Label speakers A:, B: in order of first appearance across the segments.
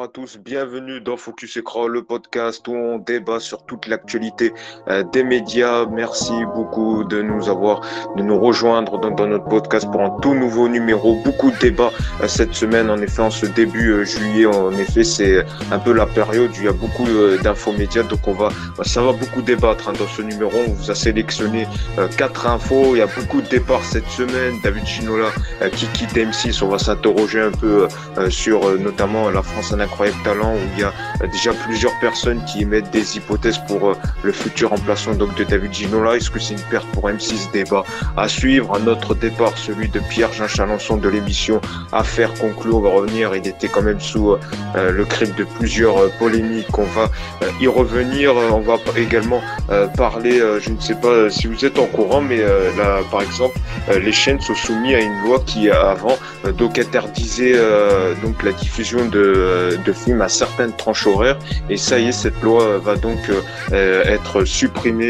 A: à tous, bienvenue dans Focus Écran, le podcast où on débat sur toute l'actualité des médias. Merci beaucoup de nous rejoindre dans notre podcast pour un tout nouveau numéro. Beaucoup de débats cette semaine, en effet, en ce début juillet, en effet, c'est un peu la période où il y a beaucoup d'infos médias, donc ça va beaucoup débattre dans ce numéro. On vous a sélectionné 4 infos, il y a beaucoup de départs cette semaine. David Ginola qui quitte M6, on va s'interroger un peu sur notamment la France un incroyable talent, où il y a déjà plusieurs personnes qui émettent des hypothèses pour le futur remplaçant donc de David Ginola. Est-ce que c'est une perte pour M6? Débat à suivre. Un autre départ, celui de Pierre-Jean Chalençon de l'émission Affaires conclues. On va revenir, il était quand même sous le crible de plusieurs polémiques. On va y revenir. On va également parler, je ne sais pas si vous êtes en courant, mais là, par exemple, les chaînes sont soumises à une loi qui avant donc interdisait donc la diffusion de films à certaines tranches horaires, et ça y est, cette loi va donc être supprimée,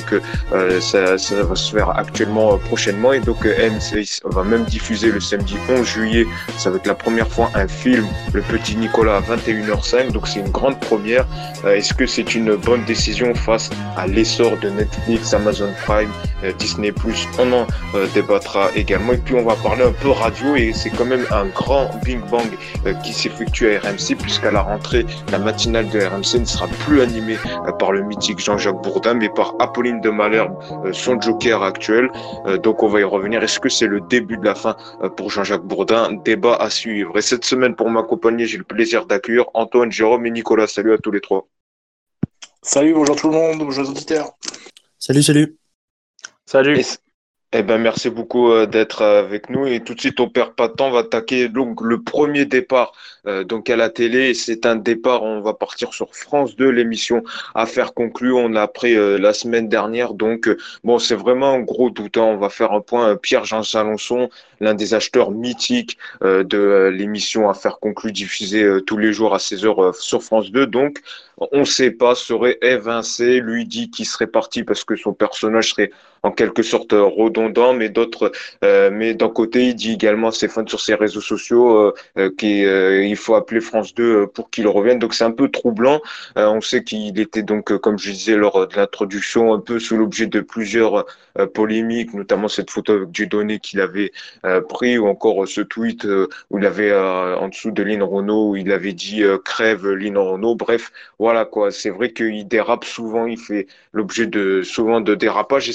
A: ça va se faire actuellement prochainement, et donc M6 va même diffuser le samedi 11 juillet, ça va être la première fois, un film, Le Petit Nicolas, à 21h05, donc c'est une grande première. Est-ce que c'est une bonne décision face à l'essor de Netflix, Amazon Prime, Disney+? On en débattra également, et puis on va parler un peu radio, et c'est quand même un grand bing bang qui s'effectue à RMC, puisqu'à la rentrée, la matinale de RMC ne sera plus animée par le mythique Jean-Jacques Bourdin, mais par Apolline de Malherbe, son joker actuel. Donc on va y revenir. Est-ce que c'est le début de la fin pour Jean-Jacques Bourdin? Débat à suivre. Et cette semaine, pour m'accompagner, j'ai le plaisir d'accueillir Antoine, Jérôme et Nicolas. Salut à tous les trois.
B: Salut, bonjour tout le monde, bonjour les auditeurs.
C: Salut.
A: Salut. Eh ben, merci beaucoup d'être avec nous, et tout de suite on perd pas de temps, on va attaquer donc le premier départ donc à la télé. Et c'est un départ, on va partir sur France 2, l'émission Affaires conclues. On l'a appris la semaine dernière, donc bon, c'est vraiment un gros doute, hein. On va faire un point. Pierre-Jean Chalençon, l'un des acheteurs mythiques de l'émission Affaires conclues, diffusée tous les jours à 16h sur France 2. Donc on ne sait pas, serait évincé, lui dit qu'il serait parti parce que son personnage serait en quelque sorte redondant, mais d'un côté, il dit également à ses fans sur ses réseaux sociaux qu'il faut appeler France 2 pour qu'il revienne. Donc c'est un peu troublant. On sait qu'il était donc, comme je disais lors de l'introduction, un peu sous l'objet de plusieurs polémiques, notamment cette photo avec Dieudonné qu'il avait pris, ou encore ce tweet où il avait en dessous de Lynn Renault, où il avait dit crève Lynn Renault. Bref, voilà quoi. C'est vrai qu'il dérape souvent, il fait l'objet de souvent de dérapages.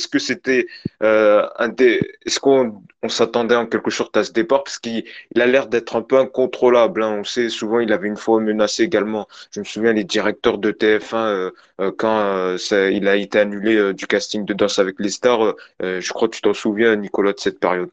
A: Est-ce qu'on s'attendait en quelque sorte à ce départ, parce qu'il a l'air d'être un peu incontrôlable, hein. On sait, souvent il avait une fois menacé également, je me souviens, les directeurs de TF1 quand il a été annulé du casting de Danse avec les stars. Je crois que tu t'en souviens, Nicolas, de cette période.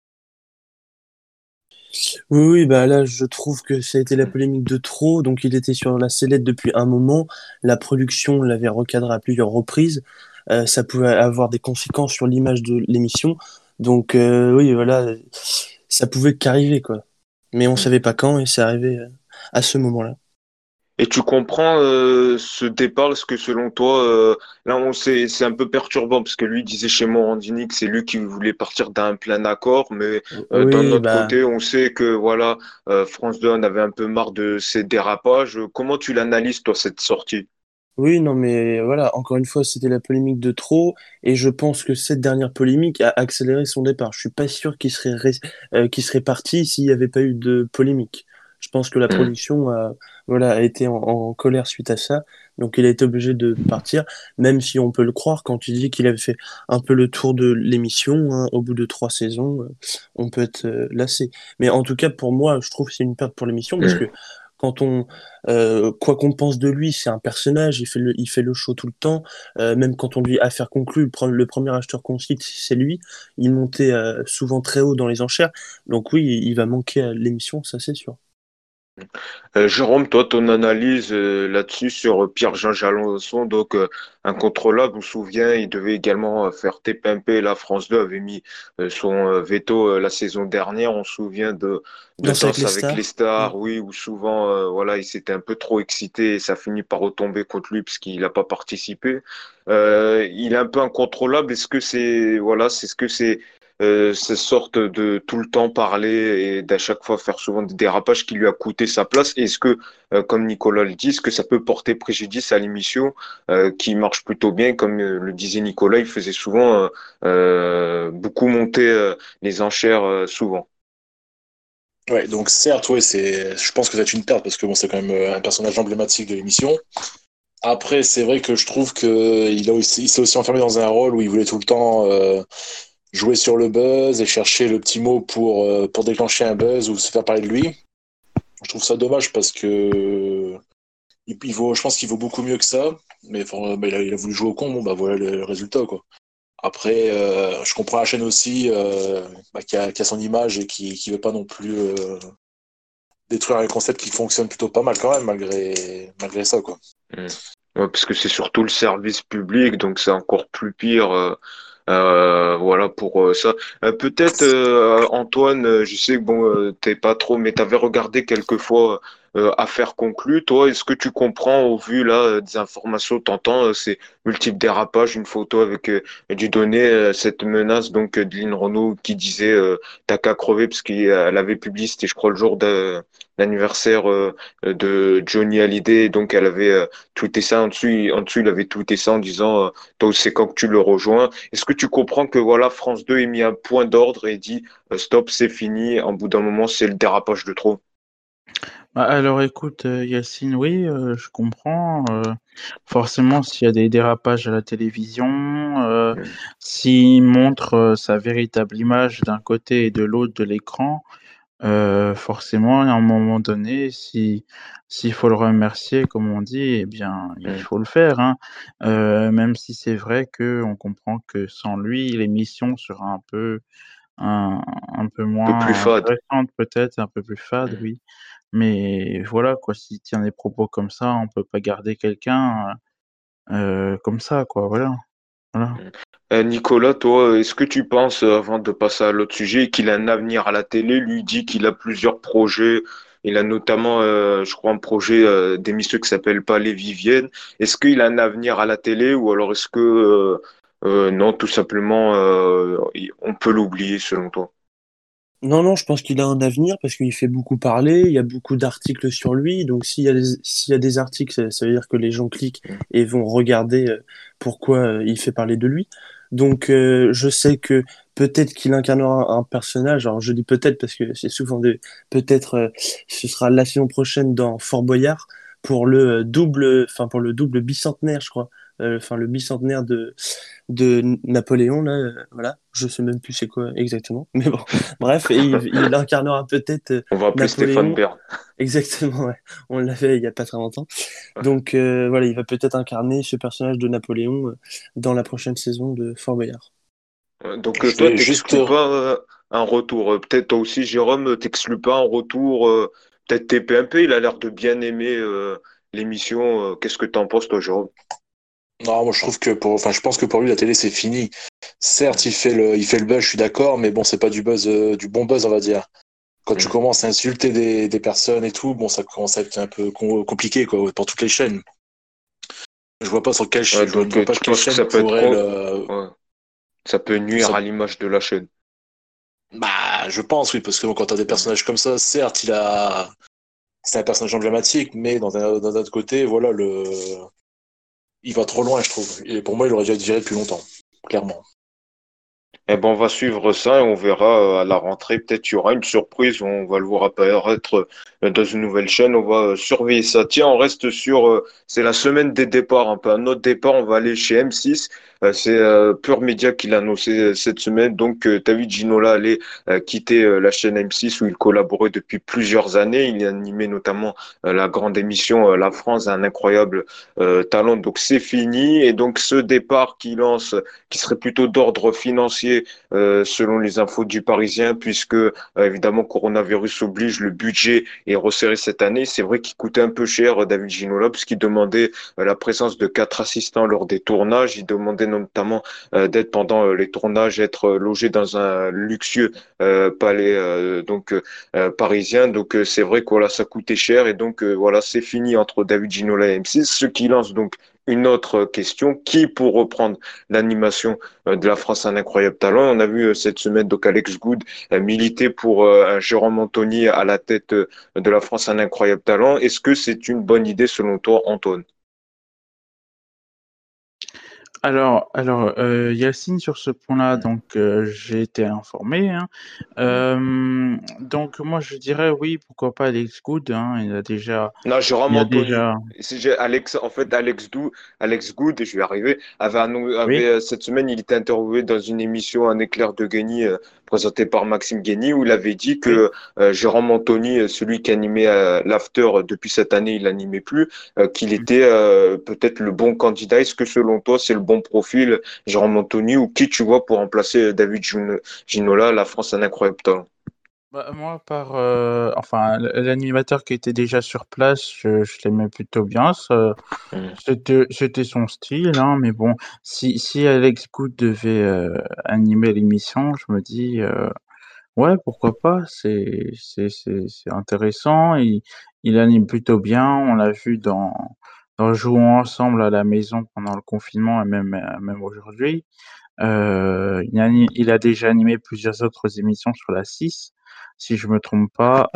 C: Oui, bah là, je trouve que ça a été la polémique de trop. Donc, il était sur la sellette depuis un moment. La production l'avait recadré à plusieurs reprises. Ça pouvait avoir des conséquences sur l'image de l'émission. Donc, oui, voilà, ça pouvait qu'arriver, quoi. Mais on savait pas quand, et c'est arrivé à ce moment-là.
A: Et tu comprends ce départ, parce que selon toi, là on sait, c'est un peu perturbant, parce que lui disait chez Morandini que c'est lui qui voulait partir d'un plein accord, mais d'un
C: Oui,
A: autre
C: bah,
A: côté, on sait que voilà, France 2 en avait un peu marre de ces dérapages. Comment tu l'analyses, toi, cette sortie?
C: oui, non, mais voilà, encore une fois, c'était la polémique de trop, et je pense que cette dernière polémique a accéléré son départ. Je suis pas sûr qu'il serait parti s'il n'y avait pas eu de polémique. Je pense que la
A: Hmm.
C: production voilà, a été en colère suite à ça, donc il a été obligé de partir, même si on peut le croire quand il dit qu'il avait fait un peu le tour de l'émission, hein. Au bout de 3 saisons, on peut être lassé. Mais en tout cas, pour moi, je trouve que c'est une perte pour l'émission, parce
A: Hmm.
C: que quand quoi qu'on pense de lui, c'est un personnage, il fait le show tout le temps. Même quand on dit affaire conclue, le premier acheteur qu'on cite, c'est lui. Il montait souvent très haut dans les enchères. Donc oui, il va manquer à l'émission, ça c'est sûr.
A: Jérôme, toi, ton analyse là-dessus sur Pierre-Jean Chalençon, donc incontrôlable, on se souvient, il devait également faire TPMP. La France 2 avait mis son veto la saison dernière. On se souvient de
C: Danse avec
A: Danse
C: les
A: avec les
C: stars. Mm.
A: stars, oui, où souvent, voilà, il s'était un peu trop excité, et ça finit par retomber contre lui parce qu'il n'a pas participé. Il est un peu incontrôlable. Est-ce que c'est, voilà, c'est ce que c'est cette sorte de tout le temps parler et d'à chaque fois faire souvent des dérapages qui lui a coûté sa place? Et est-ce que, comme Nicolas le dit, est-ce que ça peut porter préjudice à l'émission qui marche plutôt bien? Comme le disait Nicolas, il faisait souvent beaucoup monter les enchères souvent.
B: Ouais, donc certes, ouais, je pense que c'est une perte parce que bon, c'est quand même un personnage emblématique de l'émission. Après, c'est vrai que je trouve que il s'est aussi enfermé dans un rôle où il voulait tout le temps jouer sur le buzz et chercher le petit mot pour déclencher un buzz ou se faire parler de lui. Je trouve ça dommage parce que je pense qu'il vaut beaucoup mieux que ça. Mais enfin, bah, il a voulu jouer au con, bon bah voilà le résultat quoi. Après, je comprends la chaîne aussi bah, qui a son image et qui veut pas non plus détruire un concept qui fonctionne plutôt pas mal quand même malgré ça quoi.
A: Mm. Ouais, parce que c'est surtout le service public, donc c'est encore plus pire. Voilà pour ça. Peut-être Antoine, je sais que bon, t'es pas trop, mais t'avais regardé quelquefois Affaires conclues. Toi, est-ce que tu comprends au vu là des informations, t'entends ces multiples dérapages, une photo avec du donné cette menace donc de Lynn Renault qui disait t'as qu'à crever parce qu'elle avait publié, c'était je crois le jour d'anniversaire de Johnny Hallyday, donc elle avait tweeté ça en dessous il avait tweeté ça en disant toi c'est quand que tu le rejoins. Est-ce que tu comprends que voilà, France 2 ait mis un point d'ordre et dit stop, c'est fini, en bout d'un moment, c'est le dérapage de trop?
D: Bah, alors écoute, Yacine, oui, je comprends, forcément s'il y a des dérapages à la télévision,
A: Mm.
D: s'il montre, sa véritable image d'un côté et de l'autre de l'écran, forcément à un moment donné, s'il faut le remercier comme on dit, eh bien, il
A: Mm.
D: faut le faire, hein. Même si c'est vrai qu'on comprend que sans lui, l'émission sera un un peu
A: Un peu plus
D: moins
A: fade.
D: intéressante peut-être, un peu plus fade,
A: Mm.
D: oui. Mais voilà quoi, s'il tient des propos comme ça, on peut pas garder quelqu'un, comme ça quoi, voilà, voilà.
A: Mm. Nicolas, toi, est-ce que tu penses, avant de passer à l'autre sujet, qu'il a un avenir à la télé? Lui dit qu'il a plusieurs projets. Il a notamment, je crois, un projet d'émission qui s'appelle Pas les Viviennes. Est-ce qu'il a un avenir à la télé ou alors est-ce que non, tout simplement, on peut l'oublier selon toi?
C: Non, non, je pense qu'il a un avenir parce qu'il fait beaucoup parler, il y a beaucoup d'articles sur lui, donc s'il y a des articles, ça veut dire que les gens cliquent
A: Mm.
C: et vont regarder pourquoi il fait parler de lui. Donc je sais que peut-être qu'il incarnera un personnage, alors je dis peut-être parce que c'est souvent des... Peut-être ce sera la saison prochaine dans Fort Boyard pour le double, enfin pour le double bicentenaire, je crois. Enfin le bicentenaire de Napoléon, là, voilà. Je sais même plus c'est quoi exactement. Mais bon, bref, et il incarnera peut-être
A: On va appeler Stéphane
C: Napoléon.
A: Bern.
C: Exactement, ouais. On l'avait il y a pas très longtemps. Donc voilà, il va peut-être incarner ce personnage de Napoléon dans la prochaine saison de Fort Boyard.
A: Donc
B: Je
A: toi,
B: vais juste
A: t'exclus pas un retour. Peut-être toi aussi, Jérôme, t'exclus pas un retour. Peut-être TPMP, il a l'air de bien aimer l'émission. Qu'est-ce que t'en penses, toi, Jérôme?
B: non, moi je trouve que enfin je pense que pour lui la télé c'est fini. Certes,
A: Mm.
B: il fait le buzz, je suis d'accord, mais bon, c'est pas du buzz, du bon buzz, on va dire. Quand tu
A: Mm.
B: commences à insulter des personnes et tout, bon, ça commence à être un peu compliqué, quoi, pour toutes les chaînes.
A: Ouais,
B: Je ne
A: donc
B: vois pas
A: tu
B: quelle
A: penses que
B: chaîne
A: ça peut être
B: pourrait le,
A: ouais, ça peut nuire
B: ça,
A: à l'image de la chaîne.
B: bah, je pense, oui, parce que bon, quand t'as des
A: Mm.
B: personnages comme ça, certes, c'est un personnage emblématique, mais d'un autre côté, voilà, il va trop loin, je trouve. Et pour moi, il aurait dû être viré depuis longtemps, clairement.
A: Eh ben, on va suivre ça et on verra à la rentrée. Peut-être il y aura une surprise. On va le voir apparaître dans une nouvelle chaîne. On va surveiller ça. Tiens, on reste sur. C'est la semaine des départs. Un peu un autre départ. On va aller chez M6. C'est Pure Média qui l'a annoncé cette semaine. Donc, David Ginola allait quitter la chaîne M6 où il collaborait depuis plusieurs années. Il animait notamment la grande émission La France a un incroyable talent. Donc, c'est fini. Et donc, ce départ qui lance qui serait plutôt d'ordre financier selon les infos du Parisien, puisque évidemment coronavirus oblige, le budget est resserré cette année. C'est vrai qu'il coûtait un peu cher David Ginola, puisqu'il demandait la présence de 4 assistants lors des tournages. Il demandait notamment d'être pendant les tournages, être logé dans un luxueux palais parisien. Donc c'est vrai que voilà, ça coûtait cher et donc voilà, c'est fini entre David Ginola et M6, ce qui lance donc une autre question. Qui pour reprendre l'animation de la France un incroyable talent? On a vu cette semaine donc Alex Good militer pour un Jérôme Anthony à la tête de la France un incroyable talent. Est-ce que c'est une bonne idée selon toi, Antoine?
D: Yacine, sur ce point-là, donc j'ai été informé, hein. Donc moi je dirais oui, pourquoi pas Alex Good, hein,
A: Non,
D: il
A: Jérôme
D: y a
A: Anthony.
D: déjà,
A: Alex, en fait, Alex Good, je vais arriver,
D: oui,
A: cette semaine, il était interviewé dans une émission Un éclair de génie présentée par Maxime Guény où il avait dit
D: oui.
A: que Jérôme Anthony, celui qui animait l'After depuis cette année, il n'animait plus, qu'il était peut-être le bon candidat. Est-ce que selon toi, c'est le bon profil, Jérôme Anthony, ou qui tu vois pour remplacer Ginola, la France un incroyable talent?
D: Bah, moi, enfin, l'animateur qui était déjà sur place, je l'aimais plutôt bien.
A: Hmm.
D: C'était son style, hein, mais bon, si Alex Good devait animer l'émission, je me dis, ouais, pourquoi pas, c'est intéressant. Il anime plutôt bien. On l'a vu dans Jouons ensemble à la maison pendant le confinement et même aujourd'hui. Il a déjà animé plusieurs autres émissions sur la 6, si je me trompe pas.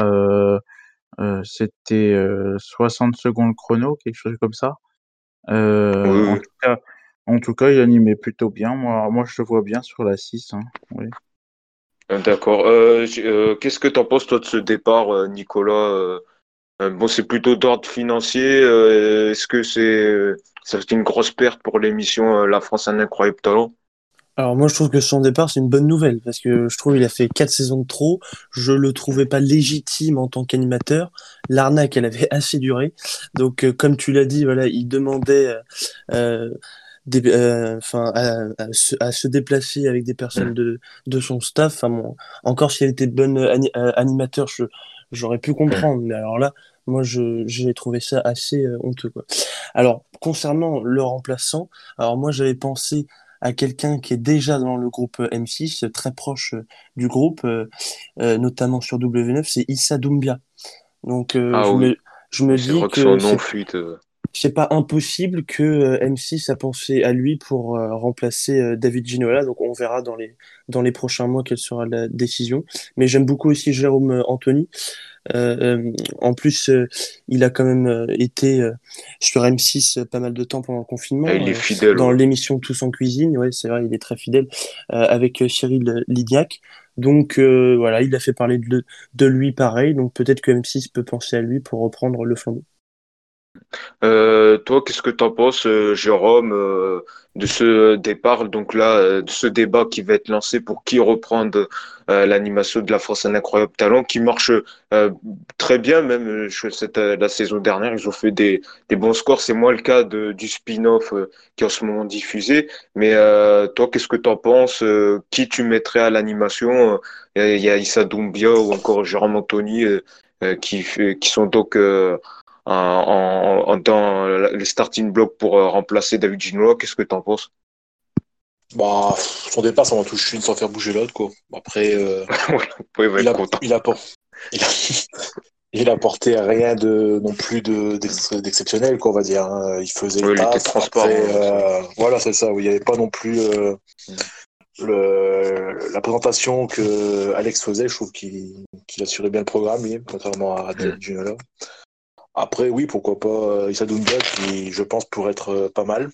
D: C'était 60 secondes chrono, quelque chose comme ça.
A: Oui,
D: En
A: oui.
D: tout cas, il animait plutôt bien. Moi, je le vois bien sur la 6, hein. Oui.
A: D'accord. Qu'est-ce que tu en penses, toi, de ce départ, Nicolas? Bon, c'est plutôt d'ordre financier. Est-ce que ça fait une grosse perte pour l'émission La France a un incroyable talent?
C: Alors moi je trouve que son départ c'est une bonne nouvelle parce que je trouve il a fait 4 saisons de trop. Je le trouvais pas légitime en tant qu'animateur. L'arnaque elle avait assez duré. Donc comme tu l'as dit voilà il demandait euh, enfin à se déplacer avec des personnes
A: Hmm.
C: de son staff. Enfin bon, encore si elle était bonne animateur j'aurais pu
A: Hmm.
C: comprendre. Mais alors là moi j'ai trouvé ça assez honteux quoi. Alors concernant le remplaçant alors moi j'avais pensé à quelqu'un qui est déjà dans le groupe M6, très proche du groupe, notamment sur W9, c'est Issa Doumbia. Donc
A: Ah oui,
C: je me
A: c'est
C: dis
A: vrai que son
C: que
A: nom fuite.
C: c'est pas impossible que M6 a pensé à lui pour remplacer David Ginola. Donc on verra dans les prochains mois quelle sera la décision. Mais j'aime beaucoup aussi Jérôme Anthony. En plus, il a quand même été sur M6 pas mal de temps pendant le
A: Ah,
C: confinement,
A: il est fidèle,
C: dans
A: ouais.
C: l'émission Tous en cuisine. Ouais, c'est vrai, il est très fidèle avec Cyril Lignac. Donc voilà, il a fait parler de lui pareil. Donc peut-être que M6 peut penser à lui pour reprendre le flambeau.
A: Toi, qu'est-ce que t'en penses, Jérôme, de ce départ, donc là, de ce débat qui va être lancé pour qui reprendre l'animation de la France un incroyable talent, qui marche très bien, même la saison dernière, ils ont fait des bons scores. C'est moins le cas du spin-off qui est en ce moment diffusé. Mais toi, qu'est-ce que t'en penses? Qui tu mettrais à l'animation? Il y a Issa Doumbia ou encore Jérôme Anthony qui sont donc dans les starting blocks pour remplacer David Ginola. Qu'est-ce que tu en penses?
B: Bah, son départ, ça m'en touche une sans faire bouger l'autre, quoi. Après,
A: Voilà, il va
B: il
A: être
B: a,
A: content.
B: il a, por- il a, il apportait rien de non plus d'exceptionnel, quoi, on va dire, hein. Il faisait le
A: Oui, il était
B: taf. Après,
A: transparent, c'est vrai.
B: voilà, c'est ça. Oui, il n'y avait pas non plus la présentation que Alex faisait. Je trouve qu'il assurait bien le programme, lui, contrairement à
A: Mm.
B: David Ginola. Après, oui, pourquoi pas Issa Doumbia, qui, je pense, pourrait être pas mal.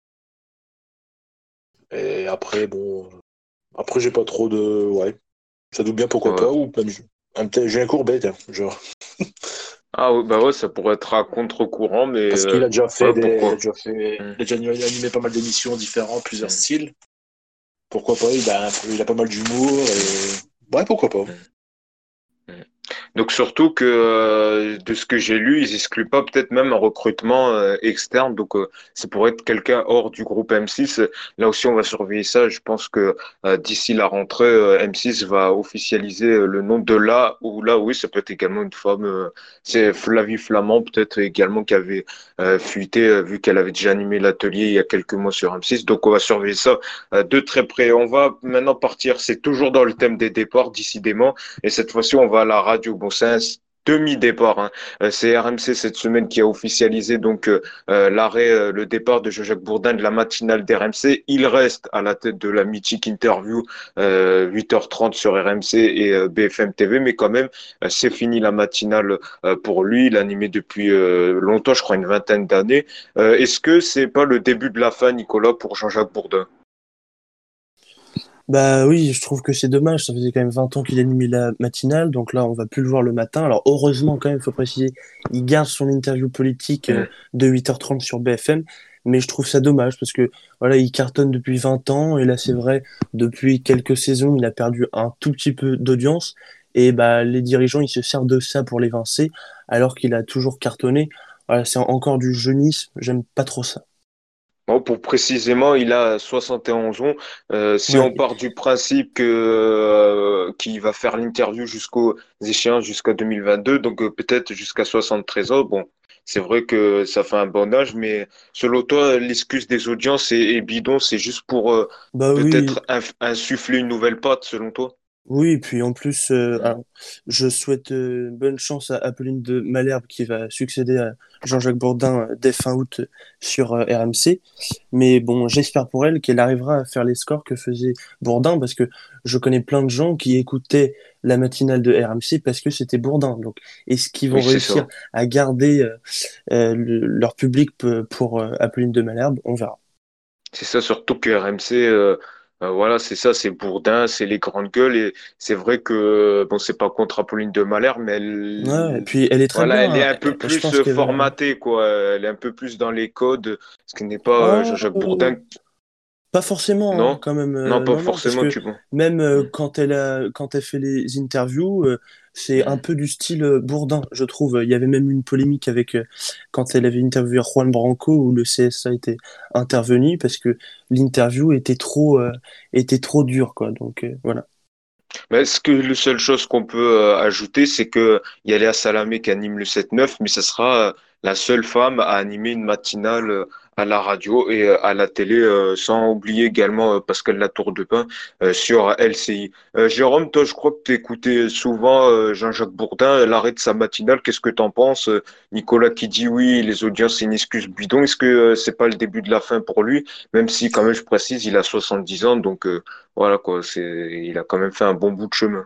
B: Et après, bon, après, j'ai pas trop de. Ouais, Issa Doumbia, pourquoi
A: Ouais.
B: pas, ou même j'ai un Courbet, tiens, genre.
A: Ah oui, bah ouais, ça pourrait être à contre-courant, mais
B: Parce qu'il a déjà fait
A: ouais, pourquoi?
B: il
A: Mm.
B: a déjà animé pas mal d'émissions différentes, plusieurs
A: Mm.
B: styles. Pourquoi pas, il a pas mal d'humour et. Ouais, pourquoi pas.
A: Mm. Mm. Donc surtout que de ce que j'ai lu, ils excluent pas peut-être même un recrutement externe. Donc ça pourrait être quelqu'un hors du groupe M6. Là aussi, on va surveiller ça. Je pense que d'ici la rentrée, M6 va officialiser le nom de là ou là. Oui, ça peut être également une femme. C'est Flavie Flamand peut-être également qui avait fuité vu qu'elle avait déjà animé l'atelier il y a quelques mois sur M6. Donc on va surveiller ça de très près. On va maintenant partir. C'est toujours dans le thème des départs, décidément. Et cette fois-ci, on va à la radio. Bon, demi-départ, hein. C'est RMC cette semaine qui a officialisé donc le départ de Jean-Jacques Bourdin de la matinale d'RMC. Il reste à la tête de la mythique interview 8h30 sur RMC et BFM TV, mais quand même, c'est fini la matinale pour lui. Il a animé depuis longtemps, je crois une vingtaine d'années. Est-ce que c'est pas le début de la fin, Nicolas, pour Jean-Jacques Bourdin?
C: Bah oui, je trouve que c'est dommage. Ça faisait quand même 20 ans qu'il animait la matinale, donc là, on va plus le voir le matin. Alors, heureusement, quand même, il faut préciser, il garde son interview politique
A: Hmm.
C: de 8h30 sur BFM, mais je trouve ça dommage parce que voilà, il cartonne depuis 20 ans, et là, c'est vrai, depuis quelques saisons, il a perdu un tout petit peu d'audience, et bah, les dirigeants, ils se servent de ça pour l'évincer, alors qu'il a toujours cartonné. Voilà, c'est encore du jeunisme, j'aime pas trop ça.
A: Bon, pour précisément, il a 71 ans. Si on
C: Ouais.
A: part du principe que qu'il va faire l'interview jusqu'aux échéances jusqu'à 2022, donc peut-être jusqu'à 73 ans. Bon, c'est vrai que ça fait un bon âge, mais selon toi, l'excuse des audiences est bidon, c'est juste pour
C: Bah oui,
A: peut-être insuffler une nouvelle patte, selon toi?
C: oui, et puis en plus,
A: Hmm.
C: alors, je souhaite bonne chance à Apolline de Malherbe qui va succéder à Jean-Jacques Bourdin dès fin août sur RMC. Mais bon, j'espère pour elle qu'elle arrivera à faire les scores que faisait Bourdin parce que je connais plein de gens qui écoutaient la matinale de RMC parce que c'était Bourdin. Donc, est-ce qu'ils
A: Oui,
C: vont
A: c'est
C: réussir
A: ça.
C: à garder leur public pour Apolline de Malherbe? On verra.
A: C'est ça, surtout que RMC, voilà, c'est ça, c'est Bourdin, c'est les grandes gueules, et c'est vrai que, bon, c'est pas contre Apolline de Malherbe, mais
C: Ouais, et
A: elle,
C: puis elle est très
A: voilà, elle est
C: bien,
A: un
C: hein.
A: peu
C: Je
A: plus
C: pense qu'elle va.
A: formatée, quoi. Elle est un peu plus dans les codes, ce qui n'est pas
C: Ah,
A: Jean-Jacques Bourdin.
C: pas forcément, hein,
A: Non?
C: quand même.
A: Non, pas
C: Non, non, parce
A: forcément,
C: que
A: tu vois.
C: même
A: Hmm.
C: quand elle fait les interviews, c'est un
A: Hmm.
C: peu du style Bourdin, je trouve. Il y avait même une polémique avec quand elle avait interviewé Juan Branco où le CSA était intervenu parce que l'interview était trop dure, quoi. Donc voilà.
A: Mais ce que la seule chose qu'on peut ajouter, c'est que il y a Léa Salamé qui anime le 7-9, mais ce sera la seule femme à animer une matinale à la radio et à la télé, sans oublier également Pascal Latour de Pin sur LCI. Jérôme, toi, je crois que tu écoutais souvent Jean-Jacques Bourdin, l'arrêt de sa matinale. Qu'est-ce que tu en penses? Nicolas qui dit oui, les audiences, c'est une excuse bidon. Est-ce que c'est pas le début de la fin pour lui? Même si, quand même, je précise, il a 70 ans, donc voilà quoi, il a quand même fait un bon bout de chemin.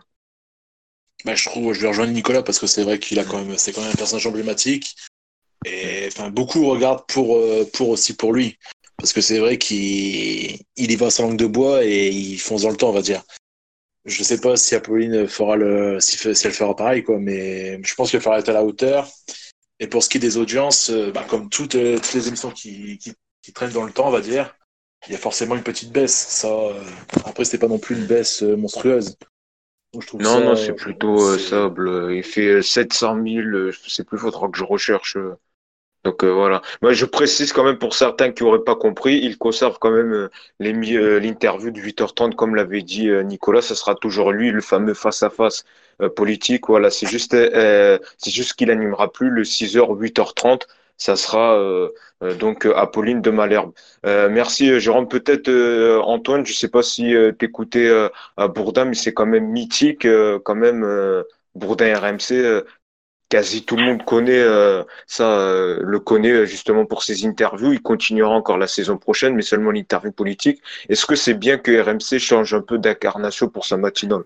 B: Bah, je trouve, je vais rejoindre Nicolas parce que c'est vrai qu'il a
A: Mm.
B: quand même, c'est quand même un personnage emblématique. Et enfin, beaucoup regardent pour aussi pour lui. Parce que c'est vrai qu'il y va sans langue de bois et il fonce dans le temps, on va dire. Je sais pas si Apolline fera si elle fera pareil, quoi, mais je pense qu'elle fera être à la hauteur. Et pour ce qui est des audiences, bah, comme toutes les émissions qui traînent dans le temps, on va dire, il y a forcément une petite baisse. Ça, après, c'est pas non plus une
A: Mm.
B: baisse monstrueuse. Donc, je trouve
A: Non,
B: ça,
A: non, c'est plutôt
B: c'est,
A: Sable. Il fait 700 000, je sais plus, faudra que je recherche. Donc voilà. Moi, je précise quand même pour certains qui n'auraient pas compris, il conserve quand même l'interview de 8h30, comme l'avait dit Nicolas. Ça sera toujours lui, le fameux face-à-face politique. Voilà, c'est juste qu'il animera plus le 6h, 8h30. Ça sera donc Apolline de Malherbe. Merci Jérôme. Peut-être Antoine, je sais pas si t'écoutais à Bourdin, mais c'est quand même mythique, quand même Bourdin RMC. Quasi tout le monde connaît ça, le connaît justement pour ses interviews. Il continuera encore la saison prochaine, mais seulement l'interview politique. Est-ce que c'est bien que RMC change un peu d'incarnation pour sa matinale?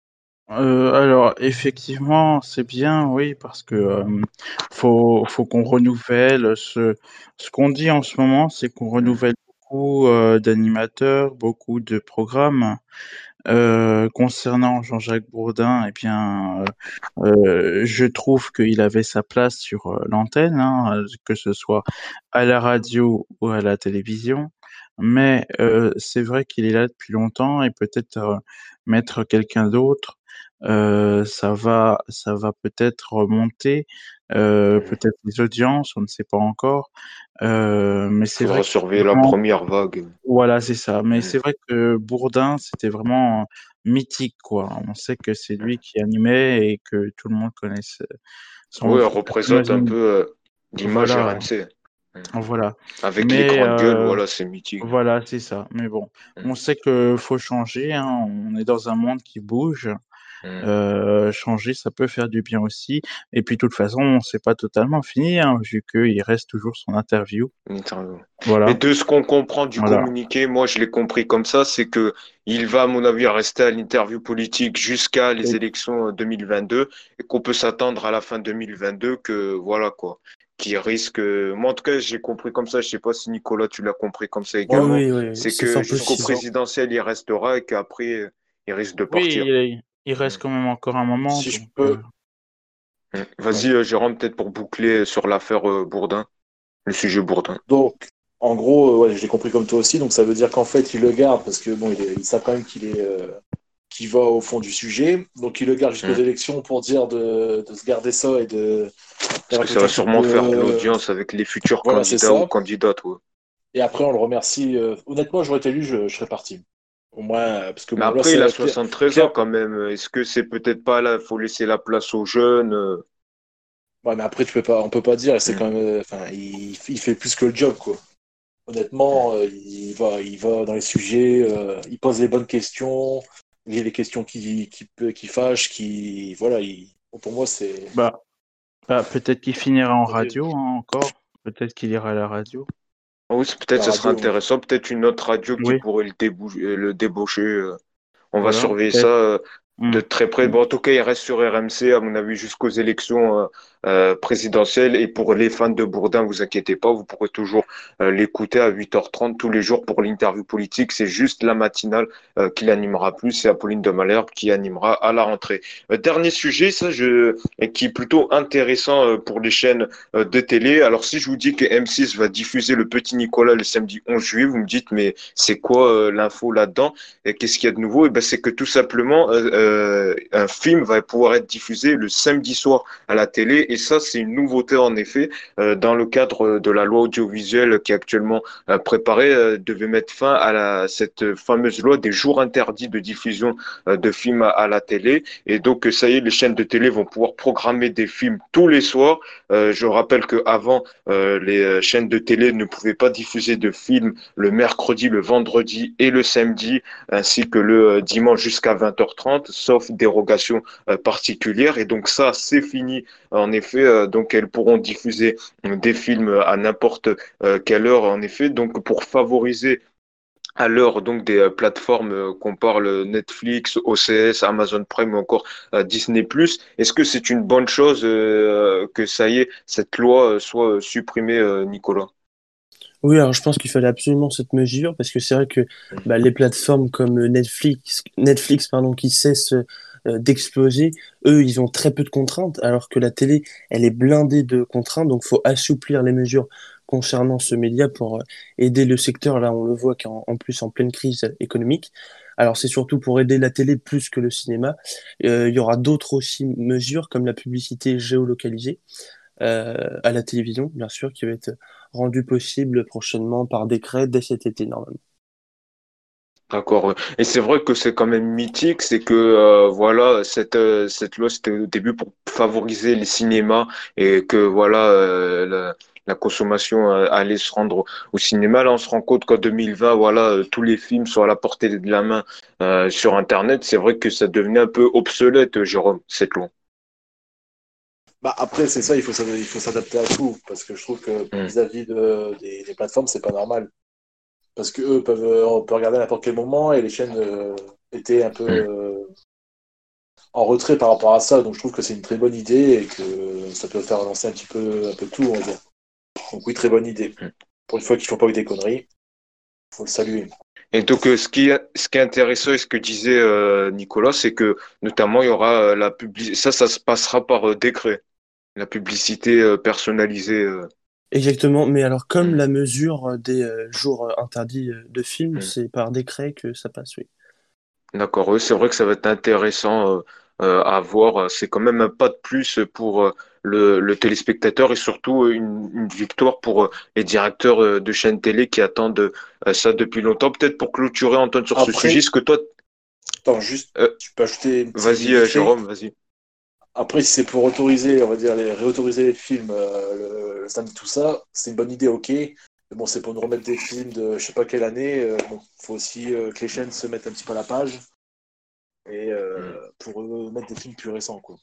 D: Alors effectivement, c'est bien, oui, parce que, faut qu'on renouvelle ce qu'on dit en ce moment, c'est qu'on
A: Mm.
D: renouvelle beaucoup, d'animateurs, beaucoup de programmes. Concernant Jean-Jacques Bourdin, eh bien, je trouve qu'il avait sa place sur, l'antenne, hein, que ce soit à la radio ou à la télévision. Mais, c'est vrai qu'il est là depuis longtemps et peut-être, mettre quelqu'un d'autre, ça va peut-être remonter,
A: Mm.
D: peut-être les audiences, on ne sait pas encore. Mais
A: Il
D: c'est vrai
A: faudra
D: que
A: surveiller la
D: vraiment
A: première vague.
D: voilà, c'est ça. Mais
A: Mm.
D: c'est vrai que Bourdin, c'était vraiment mythique, quoi. On sait que c'est lui qui animait et que tout le monde connaisse
A: Oui,
D: son
A: elle
D: sa fameuse
A: représente un
D: mine.
A: peu l'image
D: Voilà,
A: RMC. Mm.
D: voilà.
A: Avec les
D: Mais
A: grandes gueules, voilà, c'est mythique.
D: voilà, c'est ça. Mais bon,
A: Mm.
D: on sait que faut changer, hein. On est dans un monde qui bouge changer, ça peut faire du bien aussi. Et puis, de toute façon, c'est pas totalement fini, hein, vu qu'il reste toujours son interview.
A: Interview. Mais
D: Voilà,
A: de ce qu'on comprend du
D: voilà.
A: communiqué, moi je l'ai compris comme ça, c'est que il va, à mon avis, rester à l'interview politique jusqu'à les
D: Et-
A: élections 2022 et qu'on peut s'attendre à la fin 2022 que voilà quoi, qui risque. Moi en tout cas j'ai compris comme ça. Je sais pas si Nicolas tu l'as compris comme ça
C: Oui,
A: également.
C: oui, oui,
A: C'est
C: c'est
A: que
C: fort
A: jusqu'au
C: possible.
A: présidentiel il restera et qu'après il risque de
D: Oui,
A: partir.
D: il reste
A: Mm.
D: quand même encore un moment,
B: Si je
D: donc
B: peux. Ouais.
A: Vas-y Jérôme, peut-être pour boucler sur l'affaire Bourdin, le sujet Bourdin.
B: Donc, en gros, ouais, j'ai compris comme toi aussi. Donc, ça veut dire qu'en fait, il le garde parce que bon, il sait quand même qu'il va au fond du sujet. Donc, il le garde jusqu'aux
A: Mm.
B: élections pour dire de se garder ça et
A: Parce
B: d'avoir
A: que ça va
B: quelqu'un qui
A: sûrement faire de
B: peut.
A: l'audience avec les futurs
B: Voilà, c'est
A: candidats ou
B: ça.
A: candidates. Ouais.
B: Et après, on le remercie. Honnêtement, j'aurais été élu, je serais parti. Au moins, parce que
A: Mais
B: bon, là,
A: après, il a
B: c'est clair.
A: 73 ans
B: clair.
A: quand même. Est-ce que c'est peut-être pas là, faut laisser la place aux jeunes?
B: Ouais, mais après, on peut pas dire. C'est
A: Hmm.
B: quand même. Enfin, il fait plus que le job, quoi. Honnêtement, il va dans les sujets, il pose les bonnes questions, il y a les questions qui fâchent, voilà, pour moi, c'est
D: bah, peut-être qu'il finira en radio, hein, encore. Peut-être qu'il ira à la radio.
A: Ah oui, peut-être
B: la
A: ce serait
B: radio.
A: intéressant. Peut-être une autre radio qui
D: Oui,
A: pourrait le débaucher. On va
D: voilà,
A: surveiller ça
D: peut-être.
A: de
D: Mm,
A: très près.
D: mm.
A: Bon, en tout cas, il reste sur RMC, à mon avis, jusqu'aux élections présidentielles. Et pour les fans de Bourdin, vous inquiétez pas, vous pourrez toujours l'écouter à 8h30 tous les jours pour l'interview politique. C'est juste la matinale qui l'animera plus. C'est Apolline de Malherbe qui animera à la rentrée. Dernier sujet, et qui est plutôt intéressant pour les chaînes de télé. Alors, si je vous dis que M6 va diffuser le Petit Nicolas le samedi 11 juillet, vous me dites, mais c'est quoi l'info là-dedans? Et qu'est-ce qu'il y a de nouveau? Eh ben, c'est que tout simplement, un film va pouvoir être diffusé le samedi soir à la télé. Et ça, c'est une nouveauté en effet, dans le cadre de la loi audiovisuelle qui est actuellement préparée, devait mettre fin à cette fameuse loi des jours interdits de diffusion de films à la télé. Et donc, ça y est, les chaînes de télé vont pouvoir programmer des films tous les soirs. Je rappelle qu'avant, les chaînes de télé ne pouvaient pas diffuser de films le mercredi, le vendredi et le samedi ainsi que le dimanche jusqu'à 20h30, sauf dérogation particulière. Et donc ça, c'est fini. En effet, donc elles pourront diffuser des films à n'importe quelle heure, en effet. Donc pour favoriser à l'heure donc des plateformes qu'on parle Netflix, OCS, Amazon Prime ou encore Disney+. Est-ce que c'est une bonne chose que ça y est, cette loi soit supprimée, Nicolas?
C: Oui, alors je pense qu'il fallait absolument cette mesure parce que c'est vrai que bah, les plateformes comme Netflix pardon, qui cessent d'exploser, eux, ils ont très peu de contraintes, alors que la télé, elle est blindée de contraintes, donc faut assouplir les mesures concernant ce média pour aider le secteur. Là, on le voit en plus en pleine crise économique. Alors c'est surtout pour aider la télé plus que le cinéma. Il y aura d'autres aussi mesures comme la publicité géolocalisée à la télévision, bien sûr, qui va être rendu possible prochainement par décret dès cet été, normalement.
A: D'accord. Ouais. Et c'est vrai que c'est quand même mythique, c'est que voilà cette loi c'était au début pour favoriser les cinémas et que voilà la consommation allait se rendre au cinéma. Là, on se rend compte qu'en 2020, voilà tous les films sont à la portée de la main sur Internet. C'est vrai que ça devenait un peu obsolète, Jérôme, cette loi.
B: Bah, après, c'est ça, il faut s'adapter à tout, parce que je trouve que
A: Mm.
B: vis-à-vis des plateformes, c'est pas normal. Parce que eux on peut regarder à n'importe quel moment, et les chaînes étaient un peu
A: Mm.
B: en retrait par rapport à ça, donc je trouve que c'est une très bonne idée, et que ça peut faire avancer un peu tout, on va dire. Donc oui, très bonne idée.
A: Mm.
B: Pour une fois qu'ils font pas que des conneries, faut le saluer.
A: Et donc, ce qui est intéressant et ce que disait Nicolas, c'est que notamment il y aura la publicité. Ça se passera par décret. La publicité personnalisée.
C: Exactement, mais alors comme
A: Hmm,
C: la mesure des jours interdits de films,
A: hmm.
C: c'est par décret que ça passe, oui.
A: D'accord, oui, c'est vrai que ça va être intéressant à voir. C'est quand même un pas de plus pour le téléspectateur et surtout une victoire pour les directeurs de chaînes télé qui attendent ça depuis longtemps. Peut-être pour clôturer, Antoine, sur ce sujet,
B: Après,
A: ce que toi,
B: attends, juste,
A: euh,
B: tu peux ajouter une petite
A: vas-y,
B: vite fait.
A: Jérôme, vas-y.
B: Après, si c'est pour autoriser, on va dire, réautoriser les films, le samedi, tout ça, c'est une bonne idée, ok. Mais bon, c'est pour nous remettre des films de je sais pas quelle année. Bon, faut aussi que les chaînes se mettent un petit peu à la page. et pour mettre des films plus récents, quoi.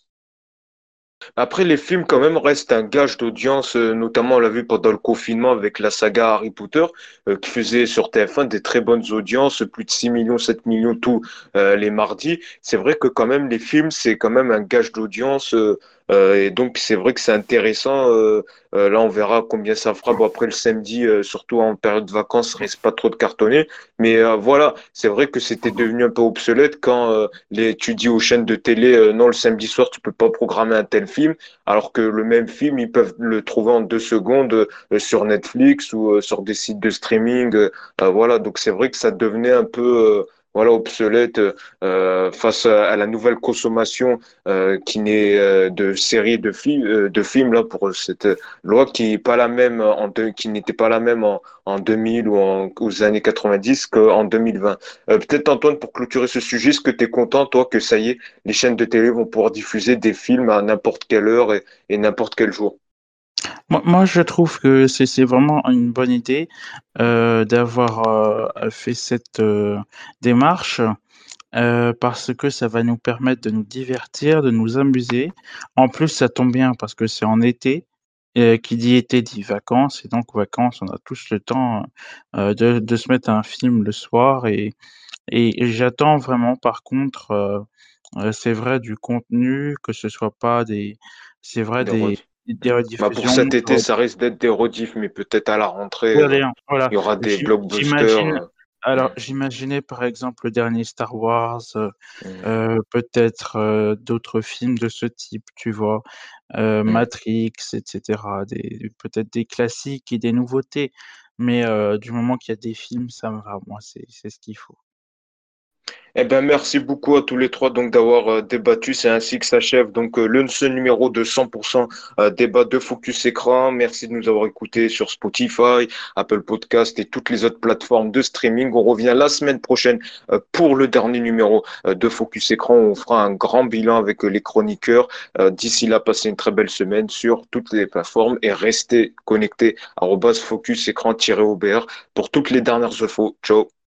A: Après, les films, quand même, restent un gage d'audience, notamment, on l'a vu pendant le confinement avec la saga Harry Potter, qui faisait sur TF1 des très bonnes audiences, plus de 6 millions, 7 millions tous les mardis. C'est vrai que, quand même, les films, c'est quand même un gage d'audience, et donc, c'est vrai que c'est intéressant. Là, on verra combien ça fera. Bon, après, le samedi, surtout en période de vacances, ça risque pas trop de cartonner. Mais voilà, c'est vrai que c'était devenu un peu obsolète quand tu dis aux chaînes de télé, non, le samedi soir, tu peux pas programmer un tel film, alors que le même film, ils peuvent le trouver en 2 secondes sur Netflix ou sur des sites de streaming. Voilà, donc c'est vrai que ça devenait un peu voilà, obsolète face à la nouvelle consommation qui naît de séries de films là pour cette loi qui est pas la même qui n'était pas la même en 2000 ou aux années 90 qu'en 2020. Peut-être Antoine, pour clôturer ce sujet, est-ce que tu es content, toi, que ça y est, les chaînes de télé vont pouvoir diffuser des films à n'importe quelle heure et n'importe quel jour?
D: Moi, je trouve que c'est vraiment une bonne idée d'avoir fait cette démarche parce que ça va nous permettre de nous divertir, de nous amuser. En plus, ça tombe bien parce que c'est en été. Qui dit été dit vacances et donc vacances, on a tous le temps de se mettre un film le soir et j'attends vraiment par contre, c'est vrai du contenu, que ce soit pas c'est vrai
A: Des rediffs.
D: des
A: Bah, pour
D: rediffusions,
A: cet été, ça risque d'être des rediffs, mais peut-être à la rentrée,
D: voilà.
A: il y aura des blockbusters.
D: J'imagine alors
A: Hmm,
D: j'imaginais par exemple le dernier Star Wars,
A: hmm,
D: peut-être, d'autres films de ce type, tu vois?
A: hmm.
D: Matrix et cetera, peut-être des classiques et des nouveautés, mais du moment qu'il y a des films, ça me va, moi, c'est ce qu'il faut.
A: Eh ben, merci beaucoup à tous les trois donc d'avoir débattu. C'est ainsi que s'achève donc le ce numéro de 100% débat de Focus Écran. Merci de nous avoir écoutés sur Spotify, Apple Podcast et toutes les autres plateformes de streaming. On revient la semaine prochaine pour le dernier numéro de Focus Écran. On fera un grand bilan avec les chroniqueurs. D'ici là, passez une très belle semaine sur toutes les plateformes et restez connectés @Focus Écran-OBR pour toutes les dernières infos. Ciao.